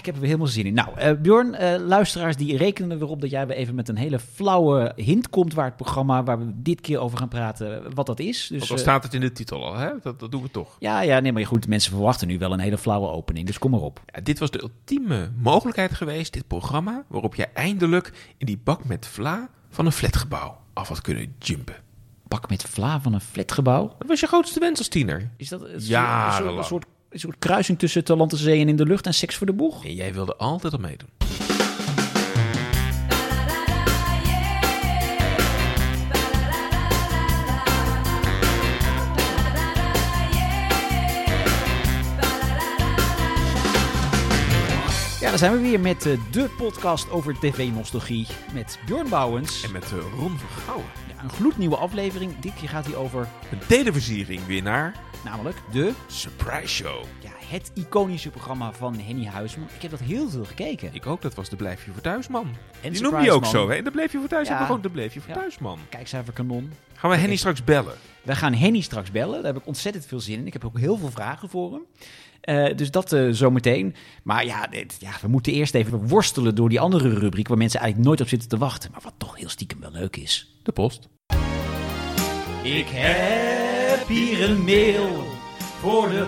ik heb er weer helemaal zin in. Nou, Bjorn, luisteraars die rekenen erop dat jij weer even met een hele flauwe hint komt waar we dit keer over gaan praten, wat dat is. Dus, Want dan staat het in de titel al, hè? Dat doen we toch. Ja, nee, maar goed, mensen verwachten nu wel een hele flauwe opening, dus kom maar op. Ja, dit was de ultieme mogelijkheid geweest, dit programma, waarop jij eindelijk in die bak met vla van een flatgebouw af had kunnen jumpen. Bak met vla van een flatgebouw? Dat was je grootste wens als tiener. Is dat een soort kruising tussen Te land en zee en in de lucht en seks voor de boeg? En jij wilde altijd al meedoen. Ja, dan zijn we weer met de podcast over tv-nostalgie met Bjorn Bouwens. En met Ron van Gouwen. Ja, een gloednieuwe aflevering. Dit keer gaat hij over... Een televersiering weer naar... Namelijk de... Surprise Show. Ja, het iconische programma van Henny Huisman. Ik heb dat heel veel gekeken. Ik ook, dat was de Blijf je voor thuis, man. En die noemde je ook man. zo, hè? En de Blijf je voor thuis, Ja. hebben we gewoon de Blijf je voor thuis, man. Kijkcijfer kanon. Gaan we Henny straks bellen? Wij gaan Henny straks bellen. Daar heb ik ontzettend veel zin in. Ik heb ook heel veel vragen voor hem. Dus dat zometeen. Maar ja, we moeten eerst even worstelen door die andere rubriek waar mensen eigenlijk nooit op zitten te wachten. Maar wat toch heel stiekem wel leuk is. De post. Ik heb hier een mail voor de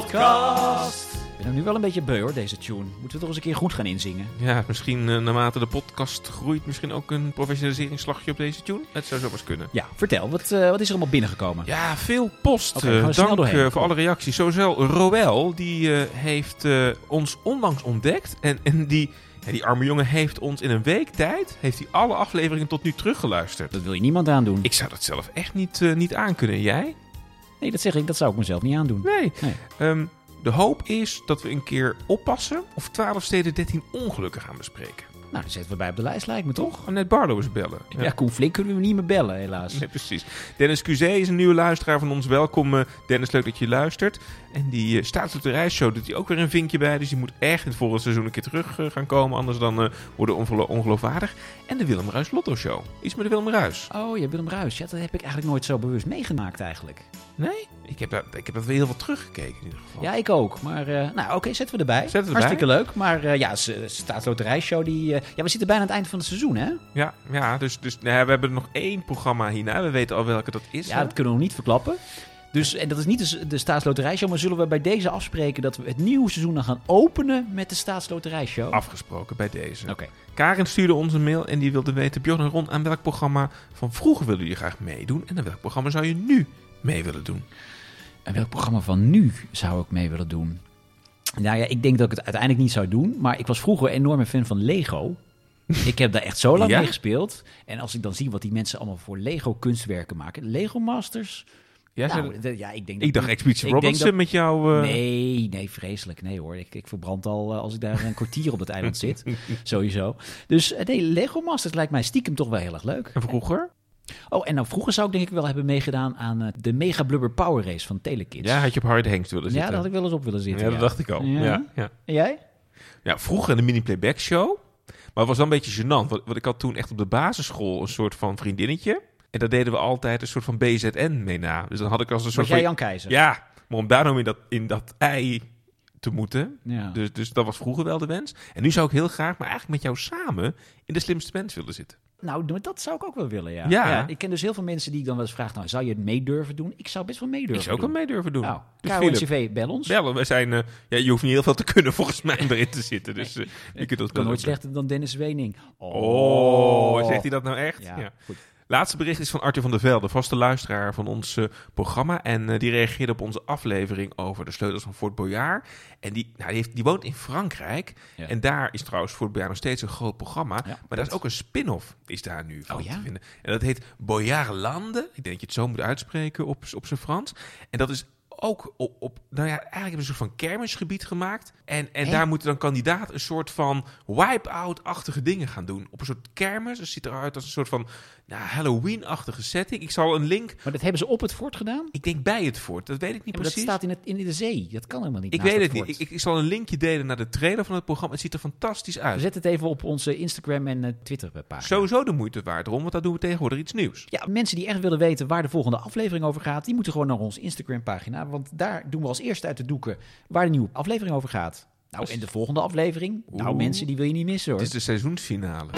podcast. Ik ben er nu wel een beetje beu hoor, deze tune. Moeten we toch eens een keer goed gaan inzingen? Ja, misschien naarmate de podcast groeit, misschien ook een professionaliseringsslagje op deze tune. Het zou zo eens kunnen. Ja, vertel. Wat is er allemaal binnengekomen? Ja, veel post. Oké, gaan we snel Dank doorheen. voor alle reacties. Sowieso Roel, die heeft ons onlangs ontdekt. En die arme jongen heeft ons in een week tijd... heeft hij alle afleveringen tot nu teruggeluisterd. Dat wil je niemand aandoen. Ik zou dat zelf echt niet aankunnen. Jij? Nee, dat zeg ik. Dat zou ik mezelf niet aandoen. Nee. De hoop is dat we een keer oppassen of 12 steden 13 ongelukken gaan bespreken. Nou, dan zetten we bij op de lijst, lijkt me toch? Annette Barlo eens bellen. Ja, Koen Flink kunnen we niet meer bellen, helaas. Nee, precies. Dennis Cuzé is een nieuwe luisteraar van ons. Welkom, Dennis. Leuk dat je luistert. En die staat op de reisshow. Doet hij ook weer een vinkje bij. Dus die moet echt in het volgende seizoen een keer terug gaan komen. Anders dan worden we ongeloofwaardig. En de Willem Ruijs Lotto Show. Iets met de Willem Ruijs. Oh, ja, Willem Ruijs. Ja, dat heb ik eigenlijk nooit zo bewust meegemaakt eigenlijk. Nee? Ik heb dat weer heel wat teruggekeken in ieder geval. Ja, ik ook. Maar oké, zetten we erbij. Zetten we Hartstikke leuk. Maar Staatsloterijshow, we zitten bijna aan het eind van het seizoen, hè? Ja, dus we hebben nog 1 programma hierna. We weten al welke dat is. Ja, dat kunnen we nog niet verklappen. Dus, en dat is niet de Staatsloterijshow, maar zullen we bij deze afspreken dat we het nieuwe seizoen dan gaan openen met de Staatsloterijshow? Afgesproken bij deze. Oké. Karin stuurde ons een mail en die wilde weten... Bjorn en Ron, aan welk programma van vroeger wilde je graag meedoen? En aan welk programma zou je nu mee willen doen? En welk programma van nu zou ik mee willen doen? Nou ja, ik denk dat ik het uiteindelijk niet zou doen. Maar ik was vroeger een enorme fan van Lego. Ik heb daar echt zo lang mee gespeeld. En als ik dan zie wat die mensen allemaal voor Lego kunstwerken maken. Lego Masters. Ja, ik dacht Expeditie Robinson met jou... Nee, vreselijk. Nee hoor, ik verbrand al als ik daar een kwartier op het eiland zit. Sowieso. Dus nee, Lego Masters lijkt mij stiekem toch wel heel erg leuk. En vroeger? Oh, en nou vroeger zou ik denk ik wel hebben meegedaan aan de Mega Blubber Power Race van Telekids. Ja, had je op Harde Hengst willen zitten? Ja, daar had ik wel eens op willen zitten. Ja, dat dacht ik al. Ja. En jij? Ja, vroeger de mini-playback show. Maar het was wel een beetje gênant. Want ik had toen echt op de basisschool een soort van vriendinnetje. En daar deden we altijd een soort van BZN mee na. Dus dan had ik als een soort jij Jan Keizer? Ja, maar om daarom in dat ei te moeten. Ja. Dus dat was vroeger wel de wens. En nu zou ik heel graag, maar eigenlijk met jou samen... in de slimste mens willen zitten. Nou, dat zou ik ook wel willen, ja. Ik ken dus heel veel mensen die ik dan wel eens vraag... nou, zou je het mee durven doen? Ik zou best wel mee durven doen. Ik zou ook wel mee durven doen. Nou, dus KRO-NCV, bel ons. Bellen, we zijn... je hoeft niet heel veel te kunnen volgens mij om erin te zitten. Dus je kunt dat kan nooit slechter dan Dennis Wening. Zegt hij dat nou echt? Ja. Goed. Laatste bericht is van Arthur van der Velde, vaste luisteraar van ons programma. En die reageerde op onze aflevering over de sleutels van Fort Boyard. En die woont in Frankrijk. Ja. En daar is trouwens Fort Boyard nog steeds een groot programma. Ja, maar daar is ook een spin-off, is daar nu van te vinden. En dat heet Boyardlanden. Ik denk dat je het zo moet uitspreken op zijn Frans. En dat is ook eigenlijk hebben ze een soort van kermisgebied gemaakt. En daar moeten dan kandidaat een soort van wipe-out-achtige dingen gaan doen. Op een soort kermis. Het ziet eruit als een soort van Halloween-achtige setting. Ik zal een link... Maar dat hebben ze op het fort gedaan? Ik denk bij het fort. Dat weet ik niet precies. Dat staat in de zee. Dat kan helemaal niet. Ik weet het niet. Ik zal een linkje delen naar de trailer van het programma. Het ziet er fantastisch uit. Zet het even op onze Instagram en Twitter-pagina. Sowieso de moeite waard, Ron, want daar doen we tegenwoordig iets nieuws. Ja, mensen die echt willen weten waar de volgende aflevering over gaat... die moeten gewoon naar onze Instagram-pagina. Want daar doen we als eerste uit de doeken waar de nieuwe aflevering over gaat. Nou, en de volgende aflevering? Nou, mensen, die wil je niet missen, hoor. Het is de seizoensfinale.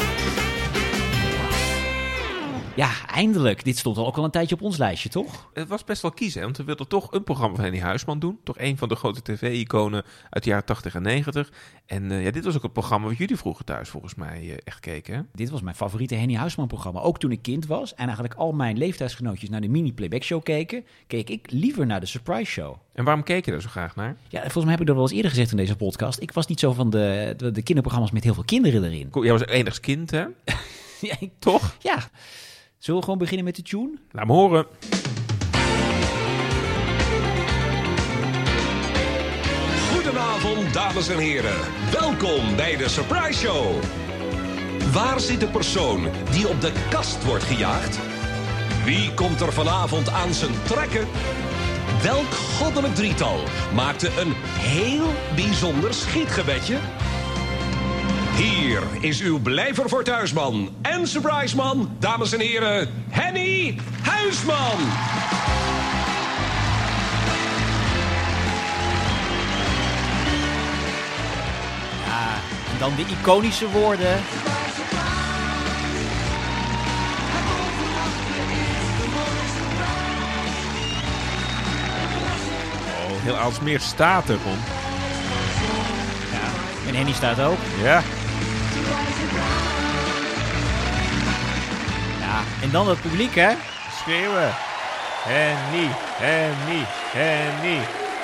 Ja, eindelijk. Dit stond ook al een tijdje op ons lijstje, toch? Het was best wel kiezen, want we wilden toch een programma van Henny Huisman doen. Toch een van de grote tv-iconen uit de jaren 80 en 90. En dit was ook het programma wat jullie vroeger thuis volgens mij echt keken, hè? Dit was mijn favoriete Henny Huisman-programma. Ook toen ik kind was en eigenlijk al mijn leeftijdsgenootjes naar de mini-playback show keken, keek ik liever naar de surprise show. En waarom keek je er zo graag naar? Ja, volgens mij heb ik dat wel eens eerder gezegd in deze podcast. Ik was niet zo van de kinderprogramma's met heel veel kinderen erin. Jij was enigszins kind, hè? Ja, toch? Ja. Zullen we gewoon beginnen met de tune? Laat me horen. Goedenavond, dames en heren. Welkom bij de Surprise Show. Waar zit de persoon die op de kast wordt gejaagd? Wie komt er vanavond aan zijn trekken? Welk goddelijk drietal maakte een heel bijzonder schietgebedje? Hier is uw blijver voor thuisman en surpriseman, dames en heren, Henny Huisman. Ja, en dan de iconische woorden. Oh, heel Aalsmeer staat er, Ron. Ja, en Henny staat ook. Ja. Ja, en dan het publiek, hè? Schreeuwen. Henny, Henny, Henny.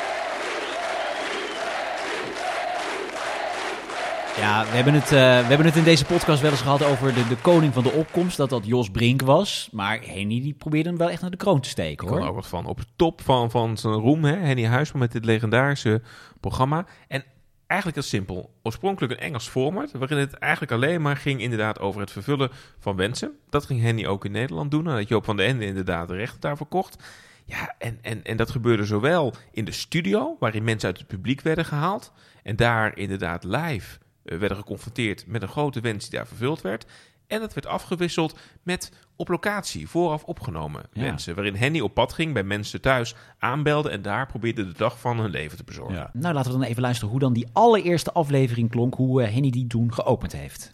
Ja, we hebben het in deze podcast wel eens gehad over de koning van de opkomst. Dat Jos Brink was. Maar Henny die probeerde hem wel echt naar de kroon te steken, hoor. Ik kan er ook wat van. Op de top van zijn roem, hè? Henny Huisman met dit legendarische programma. En eigenlijk heel simpel. Oorspronkelijk een Engels format, waarin het eigenlijk alleen maar ging inderdaad over het vervullen van wensen. Dat ging Henny ook in Nederland doen, nadat Joop van den Ende inderdaad de rechten daarvoor kocht. Ja, en dat gebeurde zowel in de studio, waarin mensen uit het publiek werden gehaald. En daar inderdaad live werden geconfronteerd met een grote wens die daar vervuld werd. En dat werd afgewisseld met op locatie vooraf opgenomen wensen. Waarin Henny op pad ging, bij mensen thuis aanbelde en daar probeerde de dag van hun leven te bezorgen. Ja. Nou, laten we dan even luisteren hoe dan die allereerste aflevering klonk. Hoe Henny die toen geopend heeft.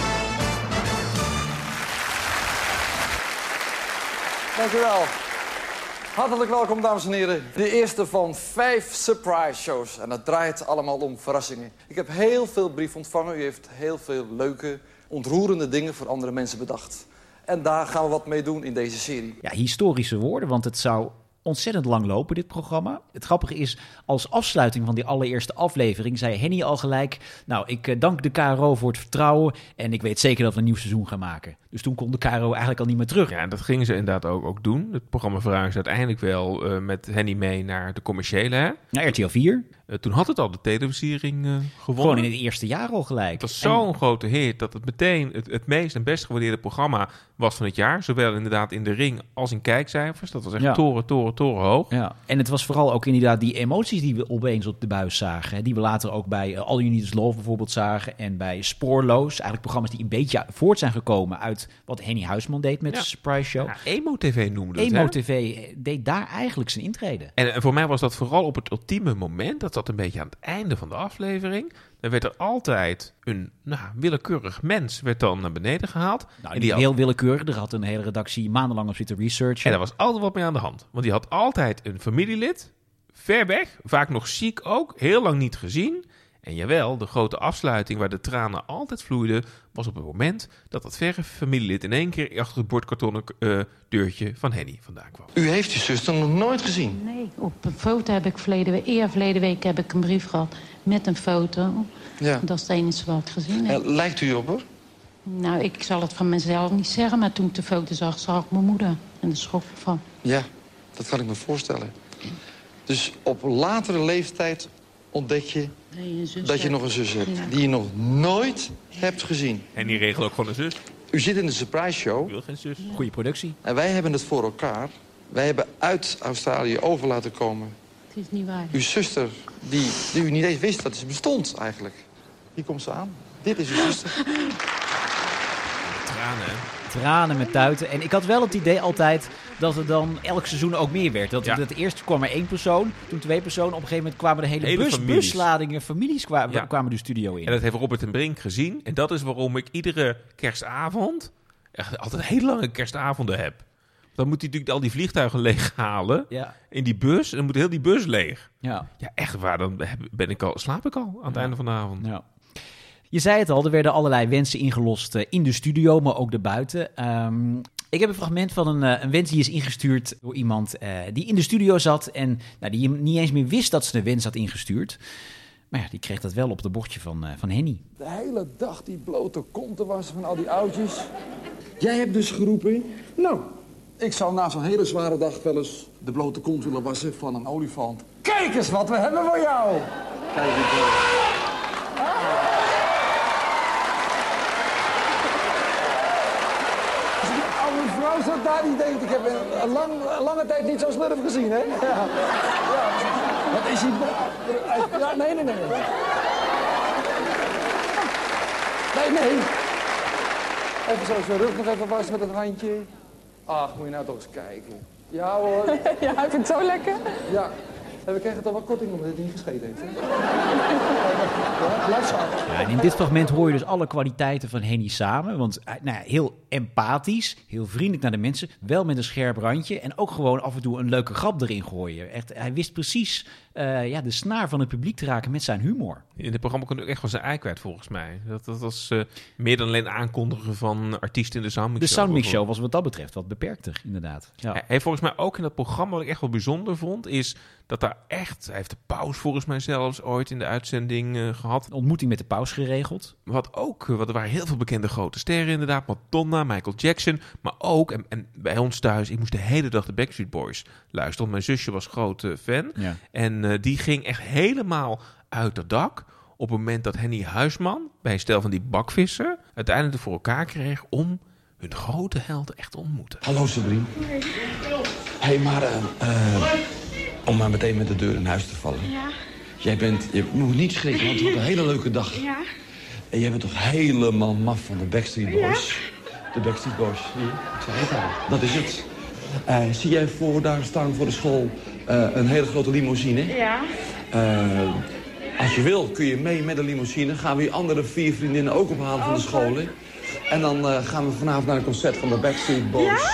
Dank u wel. Hartelijk welkom, dames en heren. De eerste van 5 surprise shows. En dat draait allemaal om verrassingen. Ik heb heel veel brief ontvangen. U heeft heel veel leuke, ontroerende dingen voor andere mensen bedacht. En daar gaan we wat mee doen in deze serie. Ja, historische woorden, want het zou ontzettend lang lopen, dit programma. Het grappige is, als afsluiting van die allereerste aflevering zei Henny al gelijk: nou, ik dank de KRO voor het vertrouwen en ik weet zeker dat we een nieuw seizoen gaan maken. Dus toen kon de KRO eigenlijk al niet meer terug. Ja, en dat gingen ze inderdaad ook doen. Het programma verhuisde uiteindelijk wel met Henny mee naar de commerciële, hè? Naar RTL 4. Toen had het al de televisiering gewonnen. Gewoon in het eerste jaar al gelijk. Het was zo'n grote hit dat het meteen het meest en best gewaardeerde programma was van het jaar. Zowel inderdaad in de ring als in kijkcijfers. Dat was echt toren hoog. Ja, en het was vooral ook inderdaad die emoties die we opeens op de buis zagen. Hè, die we later ook bij All You Need Is Love bijvoorbeeld zagen. En bij Spoorloos. Eigenlijk programma's die een beetje voort zijn gekomen uit wat Henny Huisman deed met de Surprise Show. Ja, Emo-TV noemde het. Emo-TV deed daar eigenlijk zijn intrede. En voor mij was dat vooral op het ultieme moment. Dat zat een beetje aan het einde van de aflevering. Dan werd er altijd een willekeurig mens werd dan naar beneden gehaald. Nou, die heel willekeurig. Er had een hele redactie maandenlang op zitten researchen. En daar was altijd wat mee aan de hand. Want die had altijd een familielid, ver weg, vaak nog ziek ook, heel lang niet gezien. En jawel, de grote afsluiting waar de tranen altijd vloeiden, was op het moment dat dat verre familielid in één keer achter het bordkartonnen deurtje van Henny vandaan kwam. U heeft uw zuster nog nooit gezien? Nee, op een foto heb ik verleden week heb ik een brief gehad met een foto. Ja. Dat is het enige wat ik gezien heb. Lijkt u op haar? Nou, ik zal het van mezelf niet zeggen, maar toen ik de foto zag ik mijn moeder. En daar schrok ik van. Ja, dat kan ik me voorstellen. Dus op latere leeftijd ontdek je dat je nog een zus hebt. Ja. Die je nog nooit hebt gezien. En die regelt ook gewoon een zus. U zit in de surprise show. Ik wil geen zus. Goeie productie. En wij hebben het voor elkaar. Wij hebben uit Australië over laten komen. Het is niet waar. Uw zuster, die u niet eens wist dat ze bestond eigenlijk. Hier komt ze aan. Dit is uw zuster. Tranen, hè? Tranen met tuiten. En ik had wel het idee altijd dat het dan elk seizoen ook meer werd. Dat het eerst kwam er 1 persoon, toen 2 personen. Op een gegeven moment kwamen de hele busladingen families kwamen de studio in. En dat heeft Robert en Brink gezien. En dat is waarom ik iedere kerstavond echt altijd hele lange kerstavonden heb. Dan moet hij natuurlijk al die vliegtuigen leeghalen in die bus. En dan moet heel die bus leeg. Ja, echt waar. Dan slaap ik al aan het einde van de avond. Ja. Je zei het al, er werden allerlei wensen ingelost in de studio, maar ook daarbuiten. Ik heb een fragment van een wens die is ingestuurd door iemand die in de studio zat en die niet eens meer wist dat ze een wens had ingestuurd. Maar ja, die kreeg dat wel op het bordje van Henny. De hele dag die blote kont te wassen van al die oudjes. Jij hebt dus geroepen, nou, ik zou na zo'n hele zware dag wel eens de blote kont willen wassen van een olifant. Kijk eens wat we hebben voor jou! Kijk eens. Als dat daar niet denkt, ik heb een lange tijd niet zo slurf gezien, hè? Ja. Wat is hij? Ja, nee. Nee. Even zo zijn rug nog even wassen met het handje. Ach, moet je nou toch eens kijken. Ja hoor. Ja, hij vindt het zo lekker. Ja. En we krijgen toch wel korting omdat hij niet gescheten heeft. Ja, blijf zo. Ja, en in dit fragment hoor je dus alle kwaliteiten van Henny samen. Want heel empathisch, heel vriendelijk naar de mensen. Wel met een scherp randje. En ook gewoon af en toe een leuke grap erin gooien. Echt, hij wist precies de snaar van het publiek te raken met zijn humor. In het programma kon hij ook echt wel zijn ei kwijt, volgens mij. Dat was meer dan alleen aankondigen van artiesten in de Soundmix Show. De Soundmix Show was wat dat betreft wat beperkter, inderdaad. Ja. Hij heeft volgens mij ook in dat programma, wat ik echt wel bijzonder vond, is dat daar echt... Hij heeft de paus volgens mij zelfs ooit in de uitzending gehad. Een ontmoeting met de paus geregeld. Want er waren heel veel bekende grote sterren inderdaad. Madonna, Michael Jackson. Maar ook, en bij ons thuis, ik moest de hele dag de Backstreet Boys luisteren. Want mijn zusje was grote fan. Ja. En die ging echt helemaal uit het dak op het moment dat Henny Huisman, bij een stel van die bakvissen, uiteindelijk voor elkaar kreeg om hun grote helden echt te ontmoeten. Hallo Sabrine. Hey, maar om maar meteen met de deur in huis te vallen. Ja. Je moet niet schrikken, want het wordt een hele leuke dag. Ja. En jij bent toch helemaal maf van de Backstreet Boys? Ja. De Backstreet Boys, zie je? Ik zeg het al. Dat is het. Zie jij daar staan voor de school een hele grote limousine? Ja. Als je wil kun je mee met de limousine. Gaan we je andere 4 vriendinnen ook ophalen van de scholen. En dan gaan we vanavond naar een concert van de Backstreet Boys. Ja?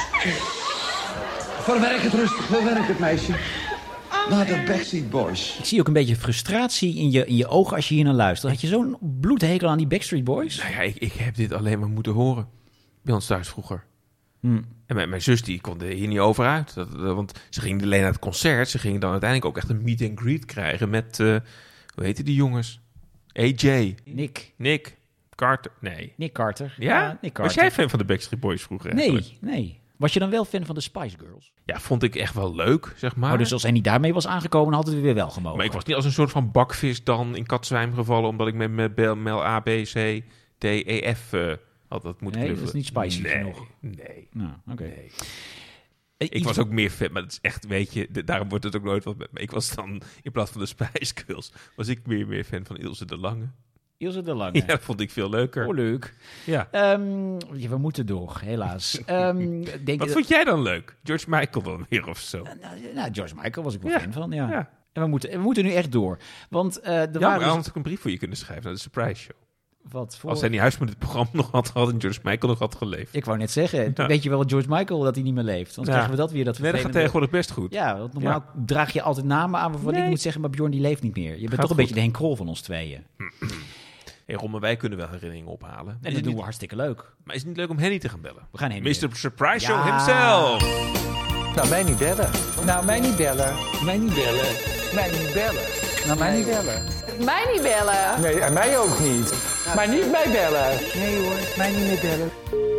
Verwerk het rustig, verwerk het meisje. Naar de Backstreet Boys. Ik zie ook een beetje frustratie in je ogen als je hier naar luistert. Had je zo'n bloedhekel aan die Backstreet Boys? Nou ja, ik heb dit alleen maar moeten horen. Bij ons thuis vroeger. En mijn zus die kon er hier niet over uit. Want ze ging alleen naar het concert. Ze ging dan uiteindelijk ook echt een meet and greet krijgen met... hoe heette die jongens? AJ. Nick. Carter. Nee. Nick Carter. Ja? Nick Carter. Was jij fan van de Backstreet Boys vroeger? Nee. Was je dan wel fan van de Spice Girls? Ja, vond ik echt wel leuk, zeg maar. Oh, dus als hij niet daarmee was aangekomen, had het weer wel gemogen. Maar ik was niet als een soort van bakvis dan in katzwijm gevallen, omdat ik met Mel A, B, C, D, E, F had dat moeten knuffelen. Nee, dat is niet spicy genoeg. Nee. Nou, oké. Nee. Ik was ook meer fan, maar het is echt, weet je, daarom wordt het ook nooit wat met me. Ik was dan, in plaats van de Spice Girls, was ik meer fan van Ilse de Lange. Ilse de Lange. Ja, dat vond ik veel leuker. Oh, leuk. Ja. We moeten door, helaas. Wat vond jij dan leuk? George Michael dan weer of zo? Nou, George Michael was ik wel fan van, ja. En we moeten nu echt door. Want maar had ik een brief voor je kunnen schrijven naar de Surprise Show. Wat voor... Als hij niet huis met het programma nog had gehad en George Michael nog had geleefd. Ik wou net zeggen, weet je wel George Michael dat hij niet meer leeft? Dan krijgen we dat weer. Dat gaat tegenwoordig best goed. Ja, want normaal draag je altijd namen aan waarvan ik moet zeggen, maar Bjorn die leeft niet meer. Je bent toch een beetje de Henk Krol van ons tweeën. Hey Ron, maar wij kunnen wel herinneringen ophalen. En dat doen we hartstikke leuk. Maar is het niet leuk om Henny te gaan bellen? We gaan Henny Mr. Surprise Show himself. Nou, mij niet bellen. Nou, mij niet bellen. Mij niet bellen. Mij niet bellen. Nou, mij niet bellen. Mij niet bellen. Nee, en mij ook niet. Maar niet mij bellen. Nee hoor, mij niet meer bellen.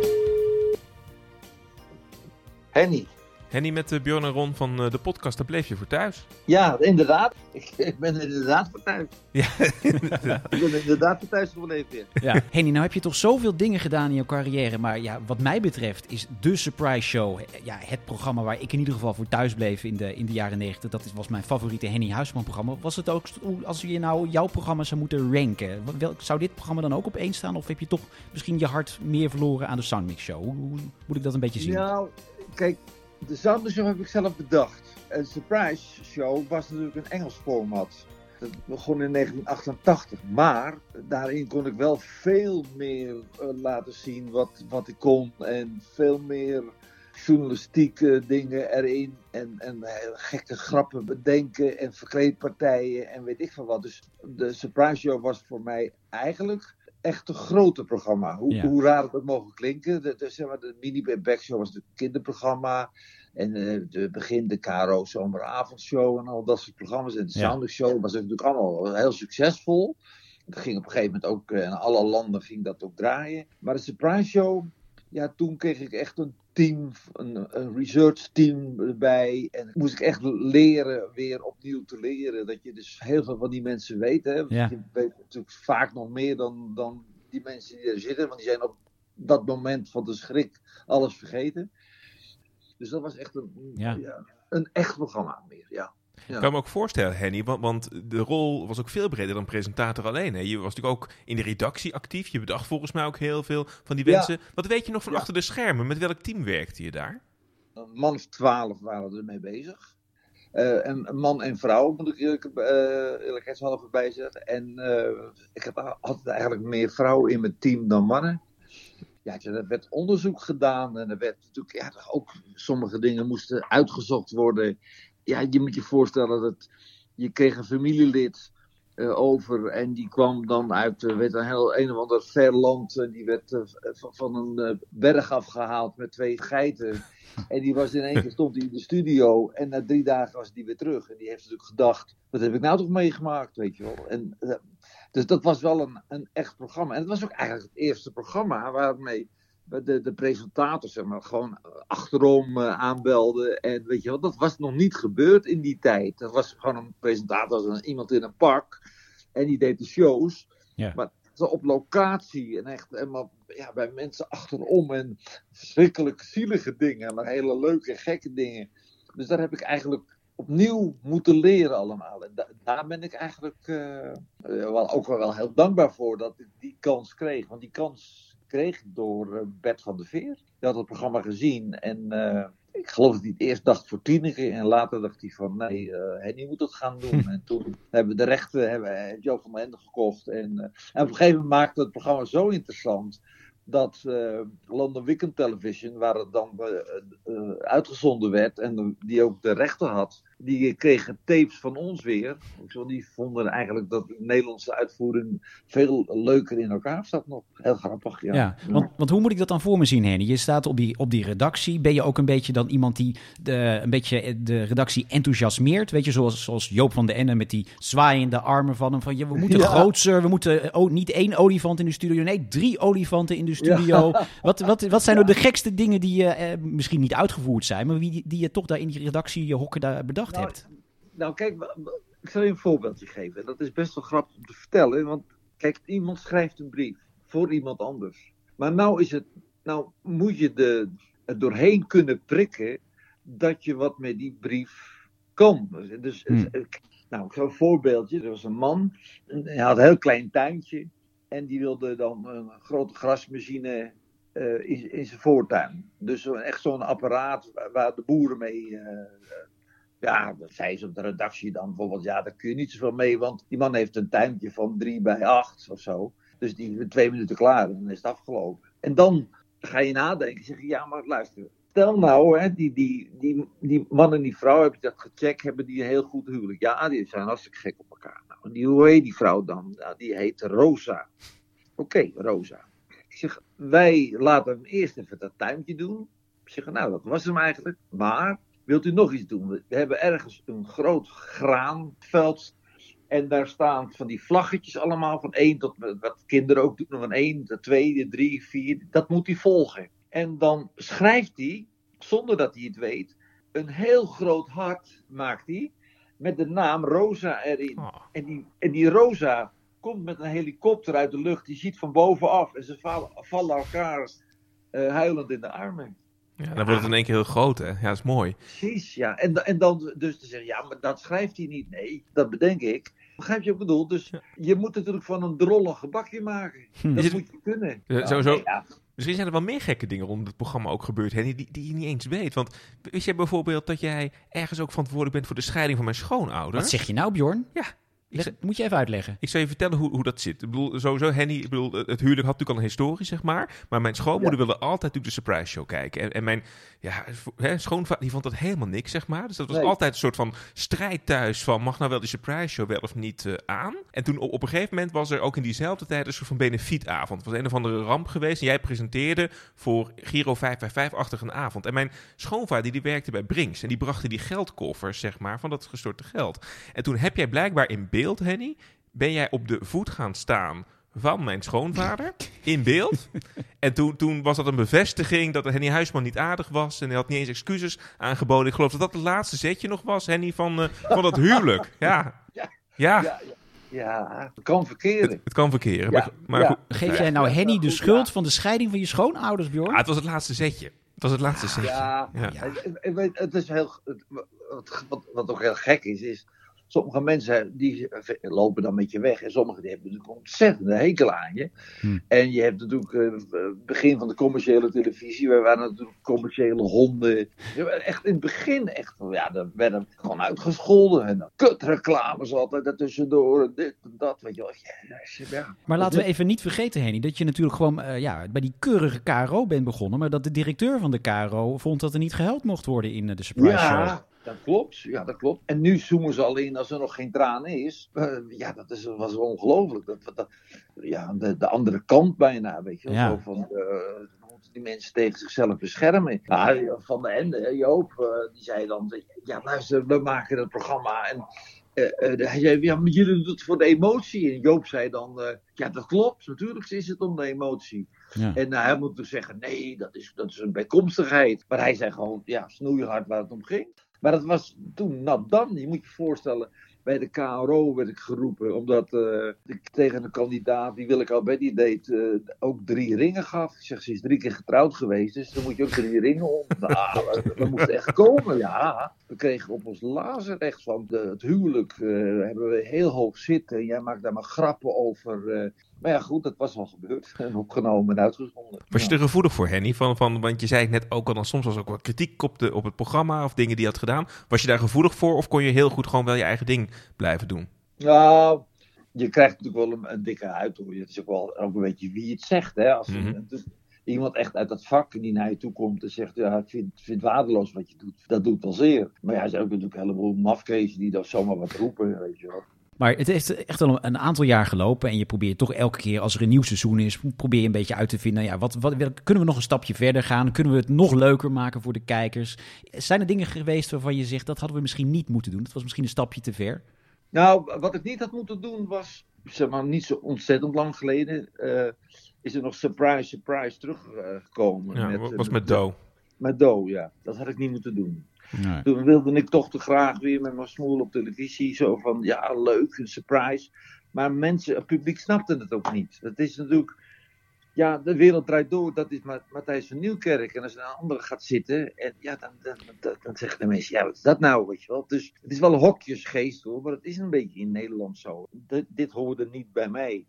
Henny met Bjorn en Ron van de podcast, daar bleef je voor thuis. Ja, inderdaad. Ik ben er inderdaad voor thuis. Ja, inderdaad. Ik ben inderdaad voor thuis gebleven weer. Ja. Henny, nou heb je toch zoveel dingen gedaan in jouw carrière. Maar ja, wat mij betreft is de Surprise Show het programma waar ik in ieder geval voor thuis bleef in de jaren 90. Dat was mijn favoriete Henny Huisman programma. Was het ook, als je nou jouw programma zou moeten ranken, zou dit programma dan ook op 1 staan? Of heb je toch misschien je hart meer verloren aan de Soundmix Show? Hoe moet ik dat een beetje zien? Nou, kijk... De Sound Show heb ik zelf bedacht. Een surprise show was natuurlijk een Engels format. Dat begon in 1988, maar daarin kon ik wel veel meer laten zien wat ik kon. En veel meer journalistieke dingen erin. En gekke grappen bedenken en verkleedpartijen en weet ik veel wat. Dus de surprise show was voor mij eigenlijk echt een grote programma. Hoe raar het ook mogen klinken. De Mini Back Show was natuurlijk een kinderprogramma. En de KRO Zomeravondshow en al dat soort programma's. En de Sound Show was natuurlijk allemaal heel succesvol. Het ging op een gegeven moment ook, in alle landen ging dat ook draaien. Maar de surprise show, ja, toen kreeg ik echt een team, een research team erbij. En moest ik echt leren, weer opnieuw te leren. Dat je dus heel veel van die mensen weet. Hè? Ja. Je weet natuurlijk vaak nog meer dan die mensen die er zitten. Want die zijn op dat moment van de schrik alles vergeten. Dus dat was echt een echt programma meer, ja. Ik kan me ook voorstellen, Henny, want de rol was ook veel breder dan presentator alleen. Hè? Je was natuurlijk ook in de redactie actief. Je bedacht volgens mij ook heel veel van die wensen. Ja. Wat weet je nog van achter de schermen? Met welk team werkte je daar? Een man of 12 waren er mee bezig. Een man en vrouw, moet ik eerlijkheidshalve bijzetten. En ik had altijd eigenlijk meer vrouwen in mijn team dan mannen. Ja, er werd onderzoek gedaan en er werd natuurlijk ook sommige dingen moesten uitgezocht worden. Ja, je moet je voorstellen dat je kreeg een familielid over en die kwam dan uit een of ander ver land. En die werd van een berg afgehaald met 2 geiten. En die was in één keer stond hij in de studio en na 3 dagen was hij weer terug. En die heeft natuurlijk gedacht, wat heb ik nou toch meegemaakt, weet je wel. En, dus dat was wel een echt programma. En het was ook eigenlijk het eerste programma waarmee de presentator zeg maar gewoon achterom aanbelde. En weet je wel, dat was nog niet gebeurd in die tijd. Dat was gewoon een presentator als iemand in een pak. En die deed de shows. Ja. Maar op locatie en echt helemaal bij mensen achterom. En verschrikkelijk zielige dingen. Maar hele leuke, gekke dingen. Dus daar heb ik eigenlijk opnieuw moeten leren allemaal. En daar ben ik eigenlijk ook wel heel dankbaar voor dat ik die kans kreeg. Want die kans kreeg ik door Bert van der Veer. Die had het programma gezien en ik geloof dat hij het eerst dacht voor Tineke en later dacht hij van nee, Henny moet het gaan doen. En toen hebben we de rechten, Joop van den Ende gekocht en op een gegeven moment maakte het programma zo interessant dat London Weekend Television, waar het dan uitgezonden werd en die ook de rechten had, die kregen tapes van ons weer. Die vonden eigenlijk dat de Nederlandse uitvoering veel leuker in elkaar zat nog. Heel grappig, ja. Ja, want hoe moet ik dat dan voor me zien, Henny? Je staat op die redactie. Ben je ook een beetje dan iemand die een beetje de redactie enthousiasmeert? Weet je, zoals Joop van den Ende met die zwaaiende armen van hem. Van, we moeten grootser, we moeten niet 1 olifant in de studio, nee 3 olifanten in de studio. Ja. Wat zijn nou de gekste dingen die misschien niet uitgevoerd zijn, maar die je toch daar in die redactie hokken daar bedacht hebt? Nou kijk, ik zal je een voorbeeldje geven. Dat is best wel grappig om te vertellen, want kijk, iemand schrijft een brief voor iemand anders. Maar nou moet je er doorheen kunnen prikken dat je wat met die brief kan. Dus zo'n voorbeeldje. Er was een man, hij had een heel klein tuintje en die wilde dan een grote grasmachine in zijn voortuin. Dus echt zo'n apparaat waar de boeren mee... dat zei ze op de redactie dan bijvoorbeeld, daar kun je niet zoveel mee, want die man heeft een tuintje van 3x8 of zo. Dus die is 2 minuten klaar en dan is het afgelopen. En dan ga je nadenken, zeg je, maar luister, stel nou, hè, die man en die vrouw, heb je dat gecheckt, hebben die een heel goed huwelijk. Ja, die zijn hartstikke gek op elkaar. Nou, hoe heet die vrouw dan? Nou, die heet Rosa. Oké, Rosa. Ik zeg, wij laten hem eerst even dat tuintje doen. Ik zeg, nou, dat was hem eigenlijk. Maar wilt u nog iets doen? We hebben ergens een groot graanveld. En daar staan van die vlaggetjes allemaal. Van 1 tot, wat kinderen ook doen. Van 1, 2, 3, 4. Dat moet hij volgen. En dan schrijft hij, zonder dat hij het weet, een heel groot hart maakt hij. Met de naam Rosa erin. Oh. En die Rosa komt met een helikopter uit de lucht. Die ziet van bovenaf. En ze vallen elkaar huilend in de armen. Ja, dan wordt het in één keer heel groot, hè? Ja, dat is mooi. Precies, ja. En dan dus te zeggen, maar dat schrijft hij niet. Nee, dat bedenk ik. Begrijp je wat ik bedoel? Dus je moet natuurlijk van een drol een gebakje maken. Dat moet je kunnen. Sowieso. Ja. Misschien zijn er wel meer gekke dingen rond het programma ook gebeurd, Henny, die je niet eens weet. Want wist jij bijvoorbeeld dat jij ergens ook verantwoordelijk bent voor de scheiding van mijn schoonouders? Wat zeg je nou, Bjorn? Ja. Moet je even uitleggen. Ik zal je vertellen hoe dat zit. Ik bedoel, sowieso, Henny, het huwelijk had natuurlijk al een historie, zeg maar. Maar mijn schoonmoeder wilde altijd natuurlijk de surprise show kijken. En mijn schoonvader, die vond dat helemaal niks, zeg maar. Dus dat was altijd een soort van strijd thuis van, mag nou wel die surprise show wel of niet aan? En toen op een gegeven moment was er ook in diezelfde tijd een soort van benefietavond. Het was een of andere ramp geweest. En jij presenteerde voor Giro 555-achtig een avond. En mijn schoonvader, die werkte bij Brinks. En die brachten die geldkoffers, zeg maar, van dat gestorte geld. En toen heb jij blijkbaar in beeld, Henny, ben jij op de voet gaan staan van mijn schoonvader, in beeld. En toen was dat een bevestiging dat Henny Huisman niet aardig was en hij had niet eens excuses aangeboden. Ik geloof dat dat het laatste zetje nog was, Henny, van dat huwelijk. Ja, het kan verkeren. Het kan verkeren. Maar goed. Geef jij nou Henny de schuld van de scheiding van je schoonouders, Bjorn? Het was het laatste zetje. Het is heel... Wat ook heel gek is... Sommige mensen die lopen dan met je weg. En sommigen die hebben natuurlijk een ontzettende hekel aan je. En je hebt natuurlijk het begin van de commerciële televisie. We waren natuurlijk commerciële honden. Echt in het begin, daar werden we gewoon uitgescholden. En dan kutreclames altijd ertussendoor. Dit en dat, weet je wel. Maar laten we even niet vergeten, Henny, dat je natuurlijk gewoon bij die keurige KRO bent begonnen. Maar dat de directeur van de KRO vond dat er niet gehuild mocht worden in de surprise show. Dat klopt. En nu zoomen ze al in als er nog geen tranen is. Was ongelooflijk. De andere kant bijna, weet je. Zo van, die mensen tegen zichzelf beschermen. Van de Ende, Joop, die zei dan... Ja, luister, we maken het programma en... hij zei, maar jullie doen het voor de emotie. En Joop zei dan, dat klopt. Natuurlijk is het om de emotie. Ja. En hij moet dus zeggen, nee, dat is een bijkomstigheid. Maar hij zei gewoon, snoeihard waar het om ging. Maar dat was toen nat dan. Je moet je voorstellen, bij de KRO werd ik geroepen. Omdat ik tegen een kandidaat, die Willeke Alberti deed, ook 3 ringen gaf. Ik zeg, ze is 3 keer getrouwd geweest. Dus dan moet je ook 3 ringen om. We moesten echt komen, ja. We kregen op ons lazenrecht van het huwelijk. Hebben we heel hoog zitten. Jij maakt daar maar grappen over... Maar ja, goed, dat was al gebeurd. En opgenomen en uitgezonden. Was je er gevoelig voor, Henny? Want je zei het net ook al, dan soms was er ook wat kritiek op het programma of dingen die je had gedaan. Was je daar gevoelig voor of kon je heel goed gewoon wel je eigen ding blijven doen? Nou, je krijgt natuurlijk wel een dikke huid, hoor. Het is ook wel een beetje wie het zegt, hè. Als iemand echt uit dat vak die naar je toe komt en zegt, ik vind het waardeloos wat je doet. Dat doet wel zeer. Maar ja, er zijn ook natuurlijk een heleboel mafkezen die dan zomaar wat roepen, weet je wel. Maar het heeft echt al een aantal jaar gelopen en je probeert toch elke keer als er een nieuw seizoen is, probeer je een beetje uit te vinden, wat kunnen we nog een stapje verder gaan? Kunnen we het nog leuker maken voor de kijkers? Zijn er dingen geweest waarvan je zegt, dat hadden we misschien niet moeten doen? Dat was misschien een stapje te ver? Nou, wat ik niet had moeten doen was, zeg maar niet zo ontzettend lang geleden, is er nog surprise teruggekomen. Ja, was met Do. Met Do, ja. Dat had ik niet moeten doen. Nee. Toen wilde ik toch te graag weer met mijn smoel op televisie. Zo van, leuk, een surprise. Maar het publiek snapte het ook niet. Dat is natuurlijk... Ja, de wereld draait door. Dat is Matthijs van Nieuwkerk. En als een andere gaat zitten... En dan zeggen de mensen... wat is dat nou, weet je wel? Dus het is wel een hokjesgeest, hoor. Maar het is een beetje in Nederland zo. Dit hoorde niet bij mij.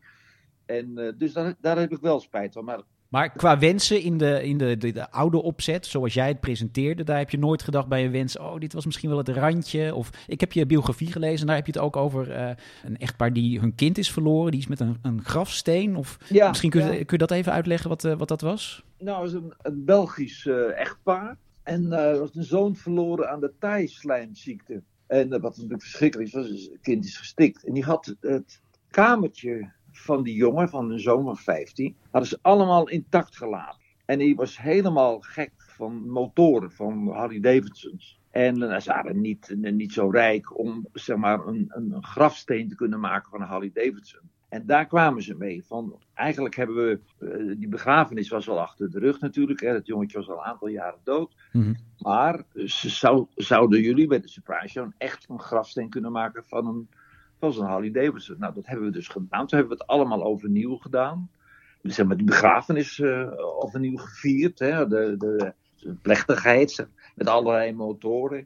En dus daar heb ik wel spijt van. Maar qua wensen in de oude opzet, zoals jij het presenteerde, daar heb je nooit gedacht bij een wens, dit was misschien wel het randje. Of ik heb je biografie gelezen en daar heb je het ook over een echtpaar die hun kind is verloren. Die is met een grafsteen. Of misschien kun je dat even uitleggen wat dat was? Nou, het was een Belgisch echtpaar. En er was een zoon verloren aan de taaislijmziekte. En wat natuurlijk verschrikkelijk is, was het kind is gestikt. En die had het kamertje van die jongen, van een zoon van 15, hadden ze allemaal intact gelaten. En die was helemaal gek van motoren, van Harley Davidsons. En ze waren niet zo rijk om, zeg maar, een grafsteen te kunnen maken van een Harley Davidson. En daar kwamen ze mee. Eigenlijk hebben we, die begrafenis was wel achter de rug natuurlijk. Hè. Het jongetje was al een aantal jaren dood. Mm-hmm. Maar zouden jullie bij de surprise show echt een grafsteen kunnen maken van zo'n Harley Davidson? Nou, dat hebben we dus gedaan. Toen hebben we het allemaal overnieuw gedaan. Dus zeg maar, die begrafenis overnieuw gevierd. Hè. De plechtigheid met allerlei motoren.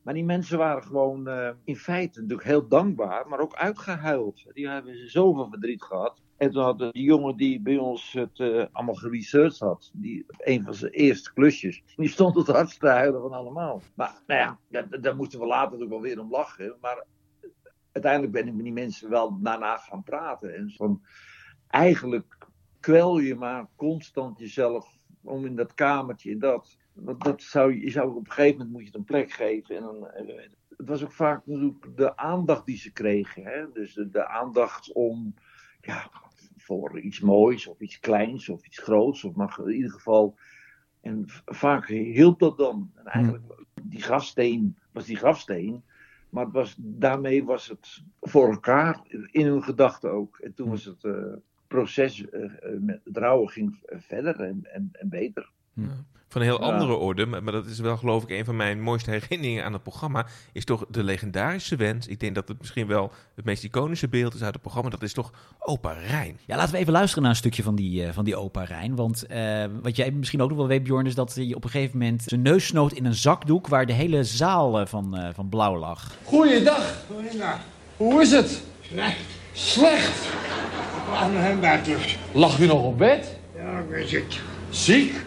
Maar die mensen waren gewoon in feite natuurlijk heel dankbaar, maar ook uitgehuild. Die hebben zoveel verdriet gehad. En toen had die jongen die bij ons het allemaal geresearched had, een van zijn eerste klusjes, die stond het hardst te huilen van allemaal. Maar nou ja, daar moesten we later natuurlijk wel weer om lachen. Maar uiteindelijk ben ik met die mensen wel daarna gaan praten. En van, eigenlijk kwel je maar constant jezelf om in dat kamertje en dat. Want je zou op een gegeven moment moet je het een plek geven. En dan, het was ook vaak de aandacht die ze kregen. Hè? Dus de aandacht om, voor iets moois of iets kleins of iets groots. Of mag in ieder geval. En vaak hielp dat dan. En eigenlijk die grafsteen was die grafsteen. Maar daarmee was het voor elkaar in hun gedachten ook. En toen was het proces met het rouwen ging verder en beter. Van een heel andere orde, maar dat is wel geloof ik een van mijn mooiste herinneringen aan het programma, is toch de legendarische wens. Ik denk dat het misschien wel het meest iconische beeld is uit het programma. Dat is toch Opa Rijn. Ja, laten we even luisteren naar een stukje van die Opa Rijn. Want wat jij misschien ook nog wel weet, Bjorn, is dat je op een gegeven moment zijn neus snoot in een zakdoek waar de hele zaal van blauw lag. Goeiedag. Hoe is het? Slecht. Aan hem buiten. Lag u nog op bed? Ja, ik weet het. Ziek?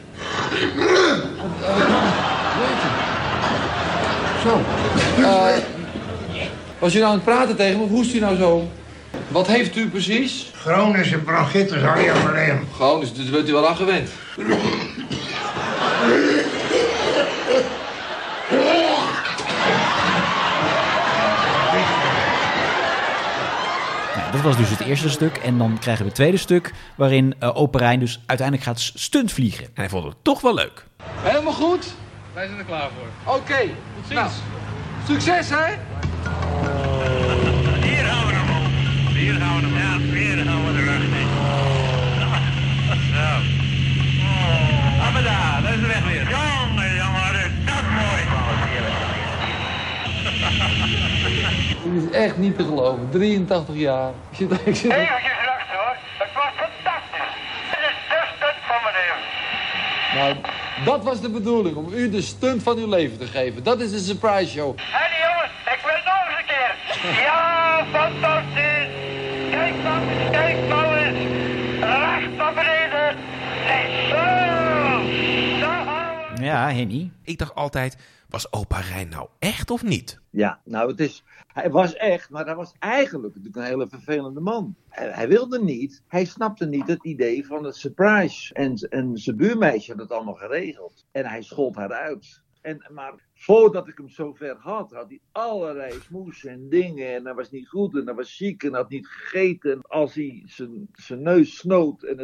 Zo. Was u nou aan het praten tegen me of hoest u nou zo? Wat heeft u precies? Chronische bronchitis alveoleum. Gewoon, dus daar bent u wel aan gewend. Dat was dus het eerste stuk. En dan krijgen we het tweede stuk, waarin Opa Rijn dus uiteindelijk gaat stuntvliegen. En hij vond het toch wel leuk. Helemaal goed? Wij zijn er klaar voor. Oké, tot ziens. Nou, succes, hè? Hier gaan we hem op. Hier gaan we hem. Ja, weer gaan we er weg. Zo. Oh, maar daar, dat is de weg weer. Jongen, dat is mooi. Het is echt niet te geloven. 83 jaar. Ik zit... Heel gezellig hoor. Het was fantastisch. Dit is de stunt van mijn leven. Nou, dat was de bedoeling. Om u de stunt van uw leven te geven. Dat is de surprise show. Hé jongens, ik wil nog eens een keer. Ja, fantastisch. Kijk nou eens. Recht naar beneden. Nee, zo. Ja, Henny. Ik dacht altijd, was Opa Rijn nou echt of niet? Ja, nou hij was echt, maar hij was eigenlijk natuurlijk een hele vervelende man. Hij wilde niet, hij snapte niet het idee van het surprise. En zijn buurmeisje had het allemaal geregeld. En hij schold haar uit. Maar voordat ik hem zover had hij allerlei smoes en dingen. En hij was niet goed en hij was ziek en had niet gegeten. En als hij zijn neus snoot en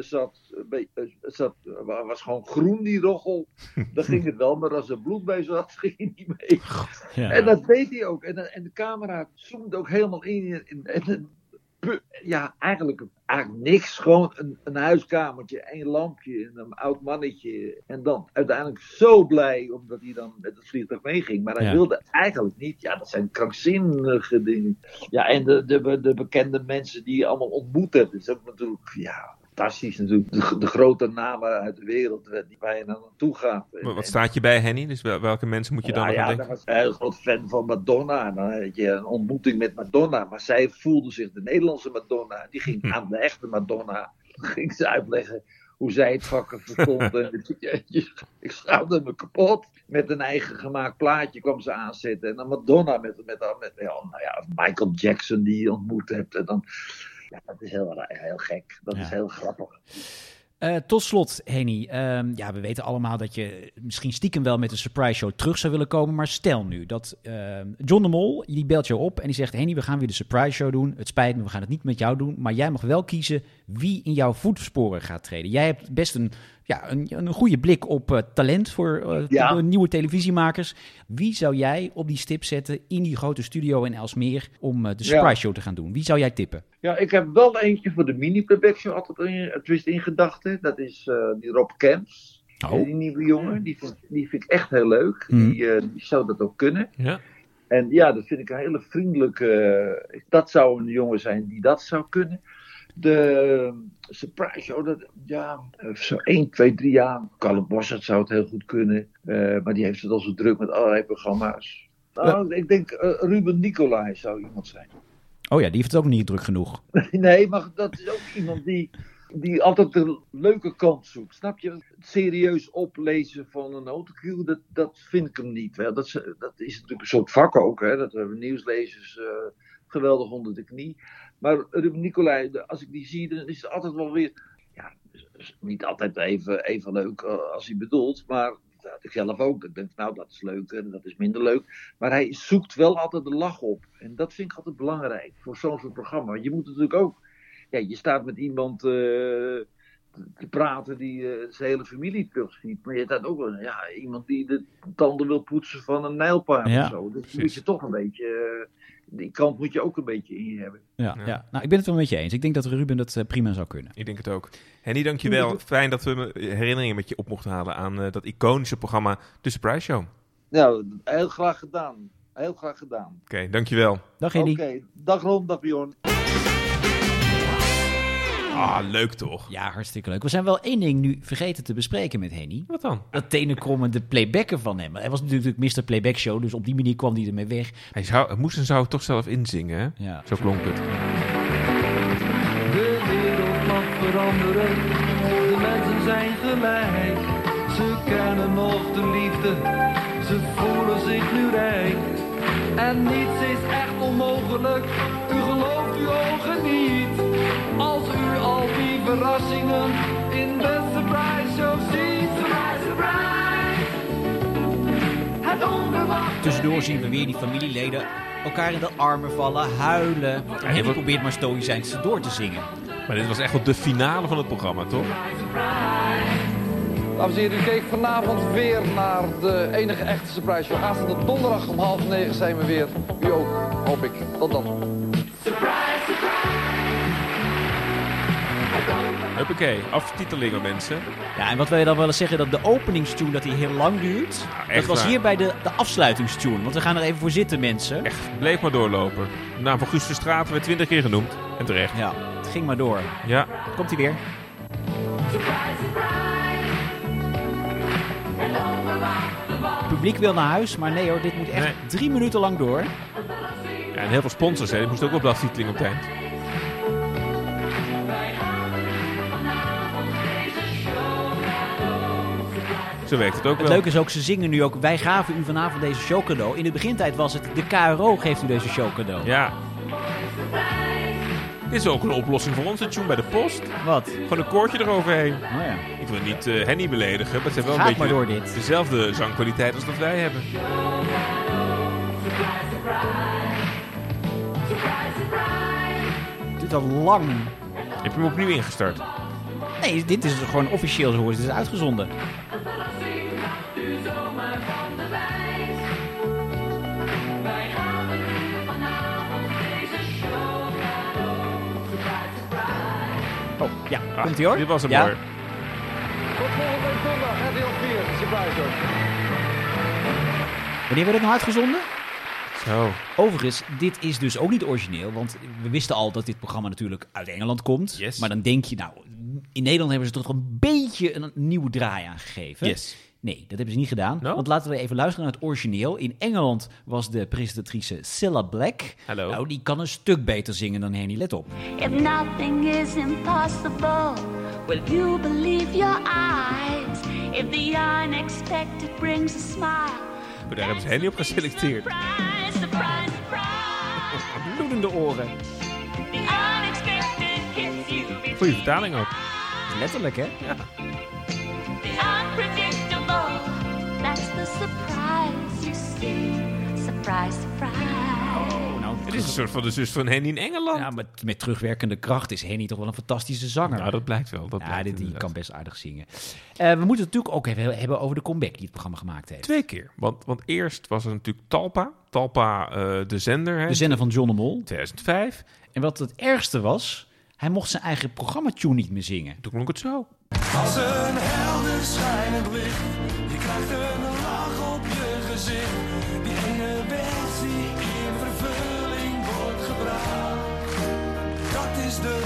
was gewoon groen die roggel, dan ging het wel. Maar als er bloed bij zat, ging hij niet mee. Ja. En dat deed hij ook. En de camera zoomde ook helemaal in. Ja, eigenlijk niks. Gewoon een huiskamertje, één lampje en een oud mannetje. En dan uiteindelijk zo blij omdat hij dan met het vliegtuig meeging. Maar hij wilde eigenlijk niet. Ja, dat zijn krankzinnige dingen. Ja, en de bekende mensen die je allemaal ontmoet hebt. Dat is ook natuurlijk, fantastisch natuurlijk. De grote namen uit de wereld waar je dan naartoe gaat. Wat staat je bij, Henny? Dus welke mensen moet je dan nog aan denken? Ik was een heel groot fan van Madonna. En dan had je een ontmoeting met Madonna. Maar zij voelde zich de Nederlandse Madonna. Die ging aan de echte Madonna. Ging ze uitleggen hoe zij het vakken verstond. Ik schouwde me kapot. Met een eigen gemaakt plaatje kwam ze aanzetten. En dan Madonna met Michael Jackson die je ontmoet hebt. En dan... Ja, dat is heel gek. Dat is heel grappig. Tot slot, Henny. We weten allemaal dat je misschien stiekem wel met een surprise show terug zou willen komen. Maar stel nu dat John de Mol, die belt jou op en die zegt... Henny, we gaan weer de surprise show doen. Het spijt me, we gaan het niet met jou doen. Maar jij mag wel kiezen wie in jouw voetsporen gaat treden. Jij hebt best een goede blik op talent voor nieuwe televisiemakers. Wie zou jij op die stip zetten in die grote studio in Elsmeer om de surprise show te gaan doen? Wie zou jij tippen? Ja, ik heb wel eentje voor de mini-playback show altijd in gedachten. Dat is die Rob Kemps. Die nieuwe jongen. Die vind ik echt heel leuk. Die zou dat ook kunnen. Ja. En ja, dat vind ik een hele vriendelijke... dat zou een jongen zijn die dat zou kunnen. De surprise show, zo 1, 2, 3 jaar. Carlo Bossert zou het heel goed kunnen. Maar die heeft het al zo druk met allerlei programma's. Nou, ik denk Ruben Nicolai zou iemand zijn. Oh ja, die heeft het ook niet druk genoeg. Nee, maar dat is ook iemand die altijd de leuke kant zoekt. Snap je? Het serieus oplezen van een autocue, dat vind ik hem niet. Wel. Dat is natuurlijk een soort vak ook. Hè? Dat hebben nieuwslezers geweldig onder de knie. Maar Ruben Nicolai, als ik die zie, dan is het altijd wel weer... Ja, niet altijd even leuk als hij bedoelt, maar... Dat had ik zelf ook. Ik denk, nou, dat is leuk en dat is minder leuk. Maar hij zoekt wel altijd de lach op. En dat vind ik altijd belangrijk voor zo'n soort programma. Je moet natuurlijk ook... Ja, je staat met iemand te praten die zijn hele familie terugziet. Maar je staat ook wel iemand die de tanden wil poetsen van een nijlpaard of zo. Dus moet je toch een beetje... die kant moet je ook een beetje in je hebben. Ja. Nou, ik ben het wel met je eens. Ik denk dat Ruben dat prima zou kunnen. Ik denk het ook. Henny, dankjewel. Fijn dat we herinneringen met je op mochten halen aan dat iconische programma The Surprise Show. Nou, heel graag gedaan. Heel graag gedaan. Oké, dankjewel. Dag Henny. Oké, dag Ron, dag Bjorn. Leuk toch? Ja, hartstikke leuk. We zijn wel één ding nu vergeten te bespreken met Henny. Wat dan? Dat tenenkrommende playbacken van hem. Hij was natuurlijk Mr. Playback Show, dus op die manier kwam hij ermee weg. Hij moest en zou het toch zelf inzingen, hè? Ja. Zo klonk het. De wereld mag veranderen, de mensen zijn gelijk. Ze kennen nog de liefde, ze voelen zich nu rijk. En niets is echt onmogelijk, u gelooft uw ogen niet. Als u al die verrassingen in de Surprise Show ziet. Surprise, surprise. Het onverwachte. Tussendoor zien we weer die familieleden elkaar in de armen vallen, huilen. En hij probeert maar stoïcijns door te zingen. Maar dit was echt wel de finale van het programma, toch? Dames en heren, u keek vanavond weer naar de enige echte Surprise Show. Aanstaande donderdag om 20:30 zijn we weer. U ook, hoop ik. Tot dan. Surprise, surprise. Huppakee, aftitelingen mensen. Ja, en wat wil je dan wel eens zeggen, dat de openingstune dat die heel lang duurt. Ja, dat was waar. hier bij de afsluitingstune. Want we gaan er even voor zitten, mensen. Echt, bleef maar doorlopen. De naam van Guus Verstraeten werd 20 keer genoemd. En terecht. Ja, het ging maar door. Ja. Komt hij weer. Het publiek wil naar huis, maar nee hoor, dit moet echt 3 minuten lang door. Ja, en heel veel sponsors, hè. Die moesten ook op de aftiteling op het eind. Zo werkt het ook wel. Het leuke is ook, ze zingen nu ook, wij gaven u vanavond deze show cadeau. In de begintijd was het, de KRO geeft u deze show cadeau. Ja. Dit is ook een oplossing voor onze tune bij de post. Wat? Gewoon een koortje eroverheen. Oh ja. Ik wil niet Henny beledigen, maar het zijn wel Gaat een beetje maar door dit. dezelfde zangkwaliteit als dat wij hebben. Het duurt al lang. Heb je hem opnieuw ingestart? Nee, dit is gewoon officieel zo, het is uitgezonden. Oh, ja, komt ie hoor. Dit was hem ja. hoor. Tot volgende week donderdag, RTL 4, de Surprise Show. Wanneer werd het nou uitgezonden? Zo. Overigens, dit is dus ook niet origineel, want we wisten al dat dit programma natuurlijk uit Engeland komt. Yes. Maar dan denk je, nou, in Nederland hebben ze toch een beetje een nieuwe draai aangegeven. Yes. Nee, dat hebben ze niet gedaan. No? Want laten we even luisteren naar het origineel. In Engeland was de presentatrice Cilla Black. Hallo. Nou, die kan een stuk beter zingen dan Henny, let op. If nothing is impossible, will you believe your eyes? If the unexpected brings a smile. Maar daar hebben ze Henny op geselecteerd. Surprise, surprise, surprise. Bloedende oren. The unexpected hits you. Goeie vertaling ook. Letterlijk, hè? Ja. The unpredictable. That's the surprise you see. Surprise, surprise. Nou, Het is een soort van de zus van Henny in Engeland. Ja, met terugwerkende kracht is Henny toch wel een fantastische zanger. Nou, dat blijkt wel. Die kan best aardig zingen. We moeten het natuurlijk ook even hebben over de comeback die het programma gemaakt heeft. 2 keer. Want eerst was er natuurlijk Talpa. Talpa, de zender. Hè? De zender van John de Mol. 2005. En wat het ergste was, hij mocht zijn eigen programmatune niet meer zingen. Toen klonk het zo. Als een helder schijnend licht, je krijgt een lach op je gezicht. Die ene wens die in vervulling wordt gebracht. Dat is de